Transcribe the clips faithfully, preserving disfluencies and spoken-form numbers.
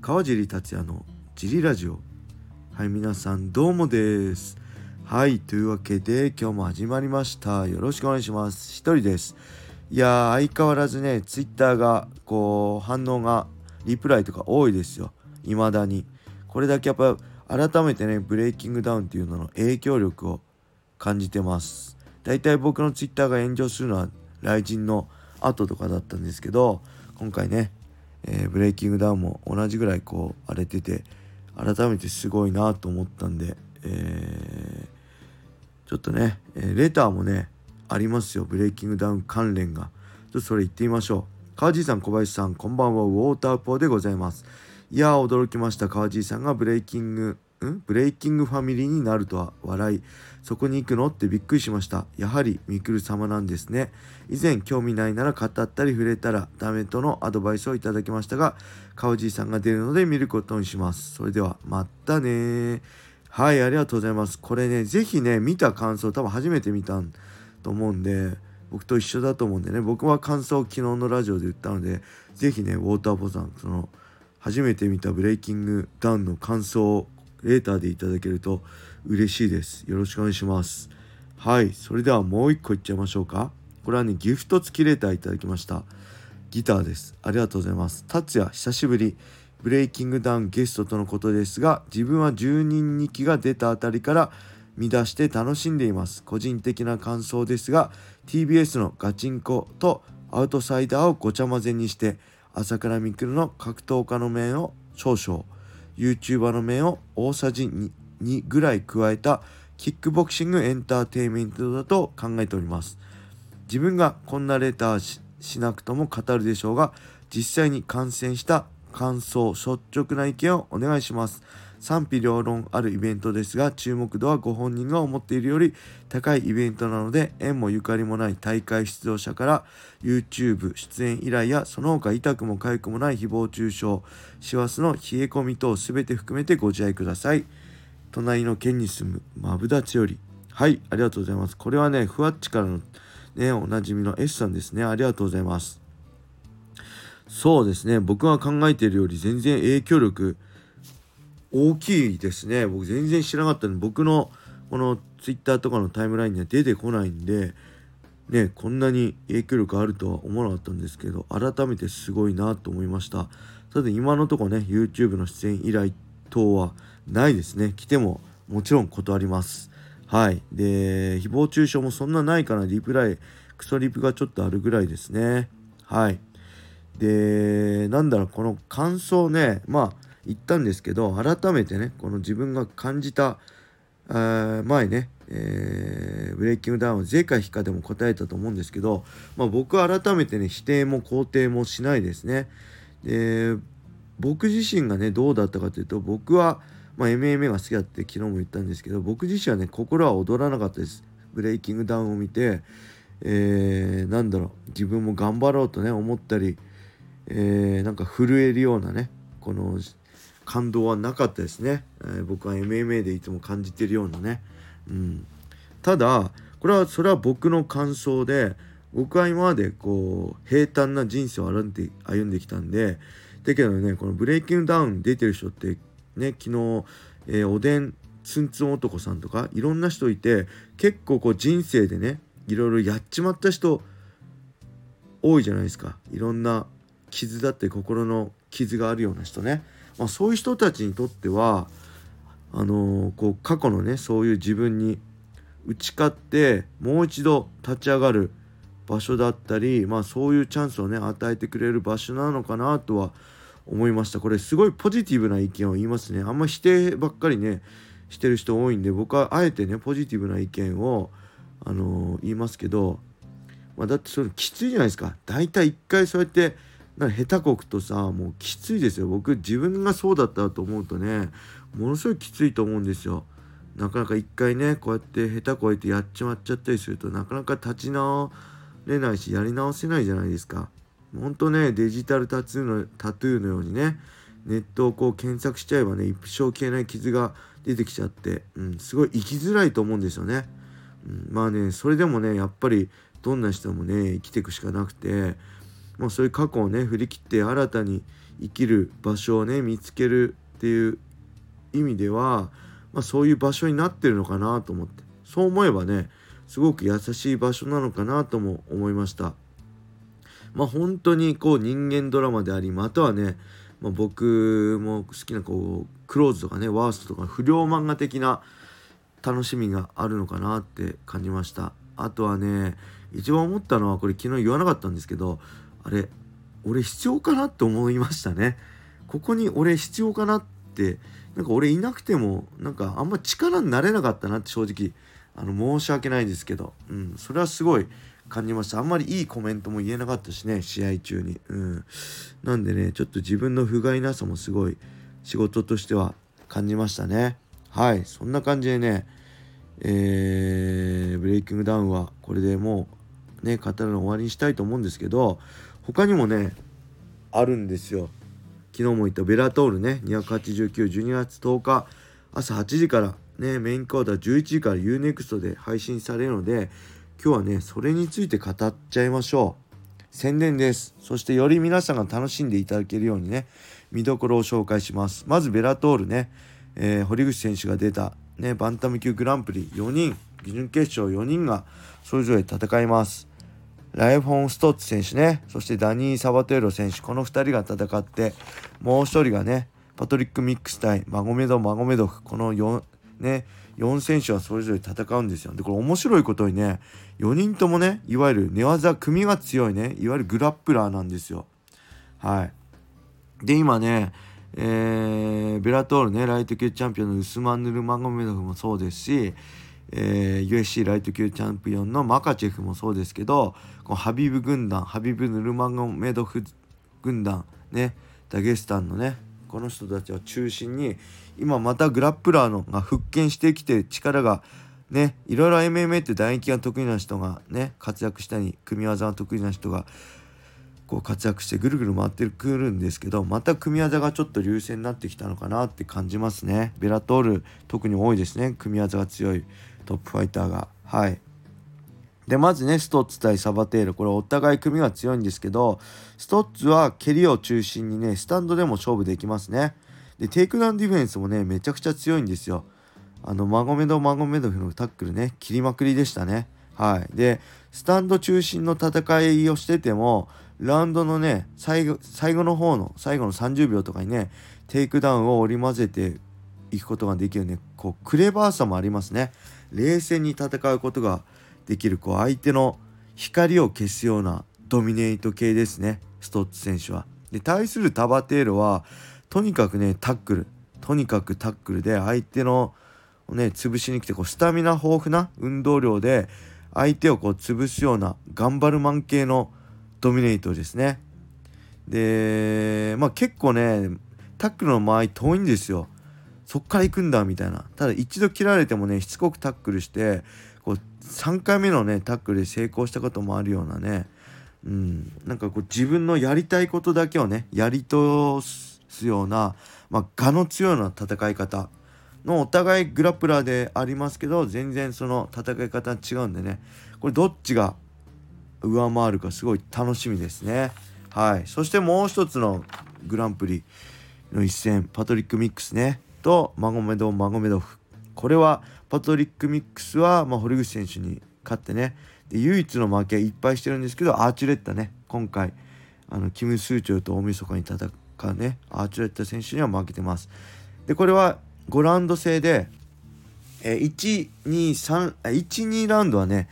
川尻達也のジリラジオ。はい、皆さんどうもです。はい、というわけで今日も始まりました。よろしくお願いします。一人です。いやー、相変わらずね、ツイッターがこう反応がリプライとか多いですよ。未だに。これだけやっぱ改めてね、ブレイキングダウンっていうのの影響力を感じてます。だいたい僕のツイッターが炎上するのは雷神の後とかだったんですけど、今回ね、えー、ブレイキングダウンも同じぐらいこう荒れてて、改めてすごいなと思ったんで、えー、ちょっとね、えー、レターもねありますよ。ブレイキングダウン関連が。ちょっとそれ言ってみましょう。川地さん、小林さん、こんばんは。ウォーターポーでございます。いやー、驚きました。川地さんがブレイキングんブレイキングファミリーになるとは。笑い。そこに行くのってびっくりしました。やはりミクル様なんですね。以前興味ないなら語ったり触れたらダメとのアドバイスをいただきましたが、川地さんが出るので見ることにします。それではまたね。はい、ありがとうございます。これね、ぜひね、見た感想、多分初めて見たと思うんで、僕と一緒だと思うんでね、僕は感想を昨日のラジオで言ったので、ぜひね、ウォーターポさん、その初めて見たブレイキングダウンの感想をレーターでいただけると嬉しいです。よろしくお願いします。はい、それではもう一個いっちゃいましょうか。これはね、ギフト付きレーターいただきました。ギターです。ありがとうございます。達也、久しぶり。ブレイキングダウンゲストとのことですが、自分はじゅうにんにきが出たあたりから見出して楽しんでいます。個人的な感想ですが、 ティービーエス のガチンコとアウトサイダーをごちゃ混ぜにして、朝倉未来の格闘家の面を少々、 YouTuber の面を大さじ 2, 2ぐらい加えたキックボクシングエンターテインメントだと考えております。自分がこんなレター し, しなくとも語るでしょうが、実際に観戦した感想、率直な意見をお願いします。賛否両論あるイベントですが、注目度はご本人が思っているより高いイベントなので、縁もゆかりもない大会出場者から YouTube 出演依頼やその他痛くも痒くもない誹謗中傷、師走の冷え込み等すべて含めてご自愛ください。隣の県に住むマブダチより。はい、ありがとうございます。これはね、ふわっちからのね、おなじみの S さんですね。ありがとうございます。そうですね、僕が考えているより全然影響力大きいですね。僕全然知らなかったんで、僕のこの Twitter とかのタイムラインには出てこないんでね、こんなに影響力あるとは思わなかったんですけど、改めてすごいなと思いました。ただ今のところね、 YouTube の出演依頼等はないですね。来てももちろん断ります。はい。で、誹謗中傷もそんなないかな。リプライクソリプがちょっとあるぐらいですね。はい。で、なんだろう、この感想ね、まあ言ったんですけど、改めてね、この自分が感じた、あ前ね、えー、ブレイキングダウンは是か非かでも答えたと思うんですけど、まあ、僕は改めてね、否定も肯定もしないですね。で、僕自身がね、どうだったかというと、僕は、まあ、エムエムエー が好きだって昨日も言ったんですけど、僕自身はね、心は躍らなかったです。ブレイキングダウンを見て、えー、なんだろう、自分も頑張ろうとね、思ったり、えー、なんか震えるようなね、この感動はなかったですね。えー、僕は エムエムエー でいつも感じてるようなね。うん、ただこれはそれは僕の感想で、僕は今までこう平坦な人生を歩んで歩んできたんで、だけどね、このブレイキングダウン出てる人ってね、昨日、えー、おでんツンツン男さんとかいろんな人いて、結構こう人生でね、いろいろやっちまった人多いじゃないですか。いろんな傷だって心の傷があるような人ね。まあ、そういう人たちにとってはあのー、こう過去のね、そういう自分に打ち勝ってもう一度立ち上がる場所だったり、まあそういうチャンスをね与えてくれる場所なのかなとは思いました。これすごいポジティブな意見を言いますね。あんま否定ばっかりねしてる人多いんで、僕はあえてねポジティブな意見をあのー、言いますけど、まあ、だってそれきついじゃないですか。だいたい一回そうやってなんか下手こくとさ、もうきついですよ。僕自分がそうだったと思うとね、ものすごいきついと思うんですよ。なかなか一回ねこうやって下手こいてやっちまっちゃったりすると、なかなか立ち直れないしやり直せないじゃないですか。ほんとね、デジタルタトゥーのタトゥーのようにね、ネットをこう検索しちゃえばね、一生消えない傷が出てきちゃって、うん、すごい生きづらいと思うんですよね。うん、まあね、それでもねやっぱりどんな人もね生きていくしかなくて、 まあ、そういう過去をね振り切って新たに生きる場所をね見つけるっていう意味では、まあ、そういう場所になってるのかなと思って、そう思えばねすごく優しい場所なのかなとも思いました。まあ本当にこう人間ドラマであり、またはね、まあ、僕も好きなこうクローズとかねワーストとか不良漫画的な楽しみがあるのかなって感じました。あとはね一番思ったのは、これ昨日言わなかったんですけど、あれ俺必要かなって思いましたね。ここに俺必要かなって、なんか俺いなくてもなんかあんま力になれなかったなって正直あの申し訳ないですけど、うん、それはすごい感じました。あんまりいいコメントも言えなかったしね、試合中に、うん、なんでねちょっと自分の不甲斐なさもすごい仕事としては感じましたね。はい、そんな感じでね、えー、ブレイキングダウンはこれでもうね語るの終わりにしたいと思うんですけど、他にもねあるんですよ。昨日も言ったベラトールねにひゃくはちじゅうきゅう、じゅうにがつとおか朝はちじからね、メインクォーターじゅういちじから ユーネクスト で配信されるので、今日はねそれについて語っちゃいましょう。宣伝です。そしてより皆さんが楽しんでいただけるようにね見どころを紹介します。まずベラトールね、えー、堀口選手が出たねバンタム級グランプリよにん、準決勝よにんがそれぞれ戦います。ライフォン・ストッツ選手ね、そしてダニー・サバテーロ選手、このふたりが戦って、もうひとりがねパトリック・ミックス対マゴメド・マゴメドフ、この 4, ねよん選手はそれぞれ戦うんですよ。でこれ面白いことにねよにんともねいわゆる寝技組が強いねいわゆるグラップラーなんですよ。はい。で今ね、えー、ベラトールねライト級チャンピオンのウスマン・ヌルマゴメドフもそうですし、えー、ユーエフシー ライト級チャンピオンのマカチェフもそうですけど、このハビブ軍団、ハビブ・ヌルマゴメドフ軍団ね、ダゲスタンのねこの人たちを中心に今またグラップラーのが復権してきて、力がねいろいろ エムエムエー って打撃が得意な人がね活躍したり組み技が得意な人がこう活躍してぐるぐる回ってくるんですけど、また組み技がちょっと優勢になってきたのかなって感じますね。ベラトール特に多いですね、組み技が強いトップファイターが。はい。でまずねストッツ対サバテール、これお互い組が強いんですけど、ストッツは蹴りを中心にねスタンドでも勝負できますね。でテイクダウンディフェンスもねめちゃくちゃ強いんですよ。あのマゴメドマゴメドフのタックルね切りまくりでしたね。はい。でスタンド中心の戦いをしててもラウンドのね最後最後の方の最後のさんじゅうびょうとかにねテイクダウンを織り交ぜていくことができるね、こうクレバーさもありますね。冷静に戦うことができる、こう相手の光を消すようなドミネート系ですね、ストッツ選手は。で対するタバテールはとにかくねタックルとにかくタックルで相手のね潰しに来て、こうスタミナ豊富な運動量で相手をこう潰すような頑張るマン系のドミネートですね。でまあ結構ねタックルの間合い遠いんですよ。そっから行くんだみたいな。ただ一度切られてもねしつこくタックルしてこうさんかいめのねタックルで成功したこともあるようなね、うん、なんかこう自分のやりたいことだけをねやり通すような、まあ、我の強いような戦い方のお互いグラップラーでありますけど、全然その戦い方違うんでね、これどっちが上回るかすごい楽しみですね。はい。そしてもう一つのグランプリの一戦、パトリック・ミックスねとマゴメド・マゴメドフ、これはパトリック・ミックスは、まあ、堀口選手に勝ってね、で唯一の負けはいっぱいしてるんですけど、アーチュレッタね今回あのキム・スーチョルと大晦日に戦うねアーチュレッタ選手には負けてます。でこれはごラウンド制で、えー、いち、に、さん、いち、にラウンドはね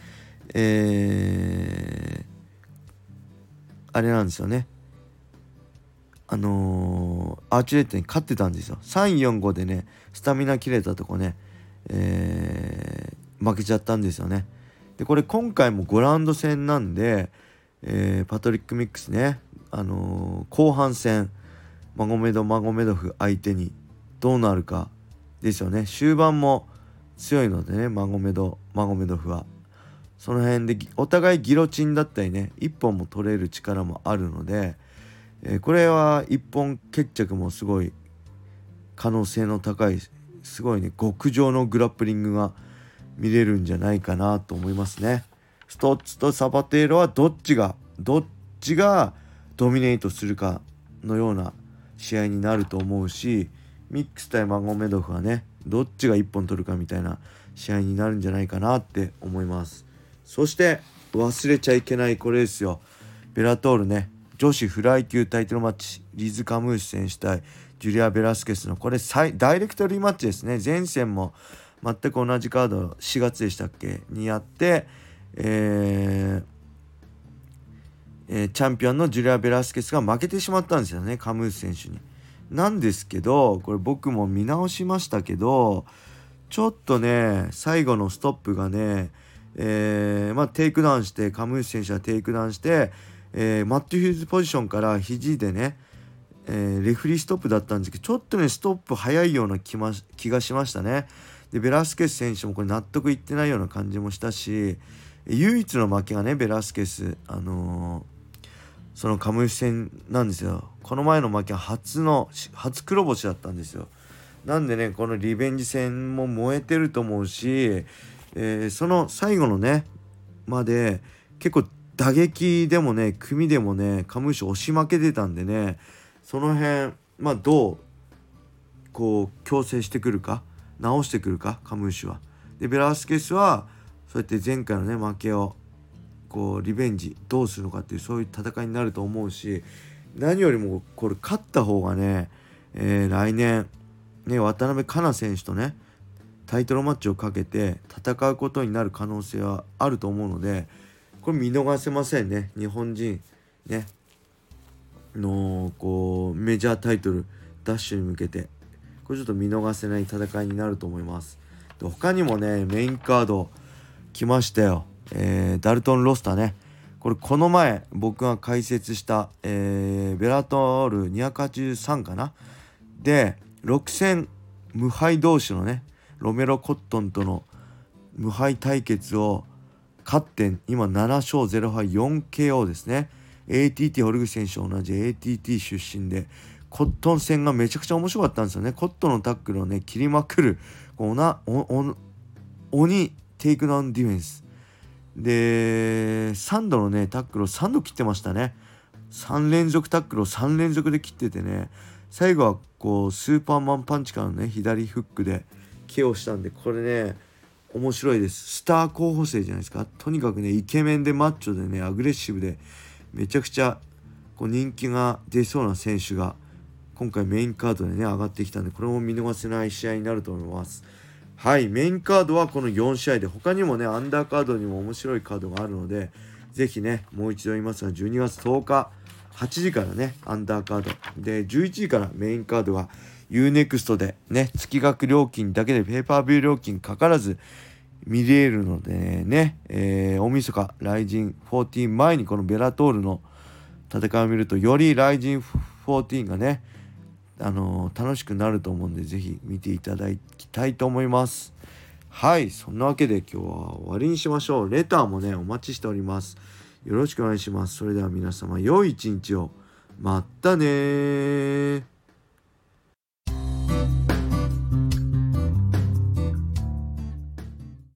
えー、あれなんですよね、あのー、アーチュレットに勝ってたんですよ。さん、よん、ごでねスタミナ切れたとこね、えー、負けちゃったんですよね。でこれ今回もごラウンド戦なんで、えー、パトリック・ミックスね、あのー、後半戦マゴメド・マゴメドフ相手にどうなるかですよね。終盤も強いのでねマゴメド・マゴメドフはその辺でお互いギロチンだったりね一本も取れる力もあるので、えー、これは一本決着もすごい可能性の高い、すごいね極上のグラップリングが見れるんじゃないかなと思いますね。ストッツとサバテーロはどっちがどっちがドミネートするかのような試合になると思うし、ミックス対マゴメドフはねどっちが一本取るかみたいな試合になるんじゃないかなって思います。そして忘れちゃいけないこれですよ。ベラトールね女子フライ級タイトルマッチ、リズ・カムーシ選手対ジュリア・ベラスケスのこれダイレクトリーマッチですね。前戦も全く同じカードしがつでしたっけにやって、えーえー、チャンピオンのジュリア・ベラスケスが負けてしまったんですよね、カムーシ選手に。なんですけどこれ僕も見直しましたけど、ちょっとね最後のストップがね、えーまあ、テイクダウンしてカムーシ選手はテイクダウンして、えー、マット・ヒューズポジションから肘でね、えー、レフリーストップだったんですけど、ちょっとねストップ早いような 気, ま気がしましたね。でベラスケス選手もこれ納得いってないような感じもしたし、唯一の負けがねベラスケス、あのー、そのカムーシ戦なんですよ。この前の負けは初の初黒星だったんですよ。なんでねこのリベンジ戦も燃えてると思うし、えー、その最後のねまで結構打撃でもね組でもねカムーシ押し負けてたんでね、その辺まあどうこう矯正してくるか直してくるかカムーシは。でベラスケスはそうやって前回のね負けをこうリベンジどうするのかっていうそういう戦いになると思うし、何よりもこれ勝った方がね、えー、来年ね渡辺香奈選手とねタイトルマッチをかけて戦うことになる可能性はあると思うので、これ見逃せませんね。日本人ねのこうメジャータイトルダッシュに向けてこれちょっと見逃せない戦いになると思います。で他にもねメインカード来ましたよ。えー、ダルトンロスターね、これこの前僕が解説した、えー、ベラトールにひゃくはちじゅうさんかなでろく戦無敗同士のねロメロ・コットンとの無敗対決を勝って今なな勝ゼロ敗 よんケーオー ですね。 エーティーティー 堀口選手と同じ エーティーティー 出身で、コットン戦がめちゃくちゃ面白かったんですよね。コットンのタックルをね切りまくるおなおお鬼テイクダウンディフェンスでさんどのねタックルをさんど切ってましたね。さん連続タックルをさん連続で切っててね、最後はこうスーパーマンパンチからのね左フックでケーオーしたんで、これね面白いです。スター候補生じゃないですか。とにかくねイケメンでマッチョでねアグレッシブでめちゃくちゃこう人気が出そうな選手が今回メインカードでね上がってきたんで、これも見逃せない試合になると思います。はい、メインカードはこのよん試合で、他にもねアンダーカードにも面白いカードがあるので、ぜひねもう一度言いますがじゅうにがつとおかはちじからねアンダーカードで、じゅういちじからメインカードは ユーネクスト でね月額料金だけでペーパービュー料金かからず見れるのでね、えー、大晦日ライジンじゅうよん前にこのベラトールの戦いを見るとよりライジンじゅうよんがねあのー、楽しくなると思うんで、ぜひ見ていただきたいと思います。はい、そんなわけで今日は終わりにしましょう。レターもねお待ちしております。よろしくお願いします。それでは皆様良い一日を。またねー。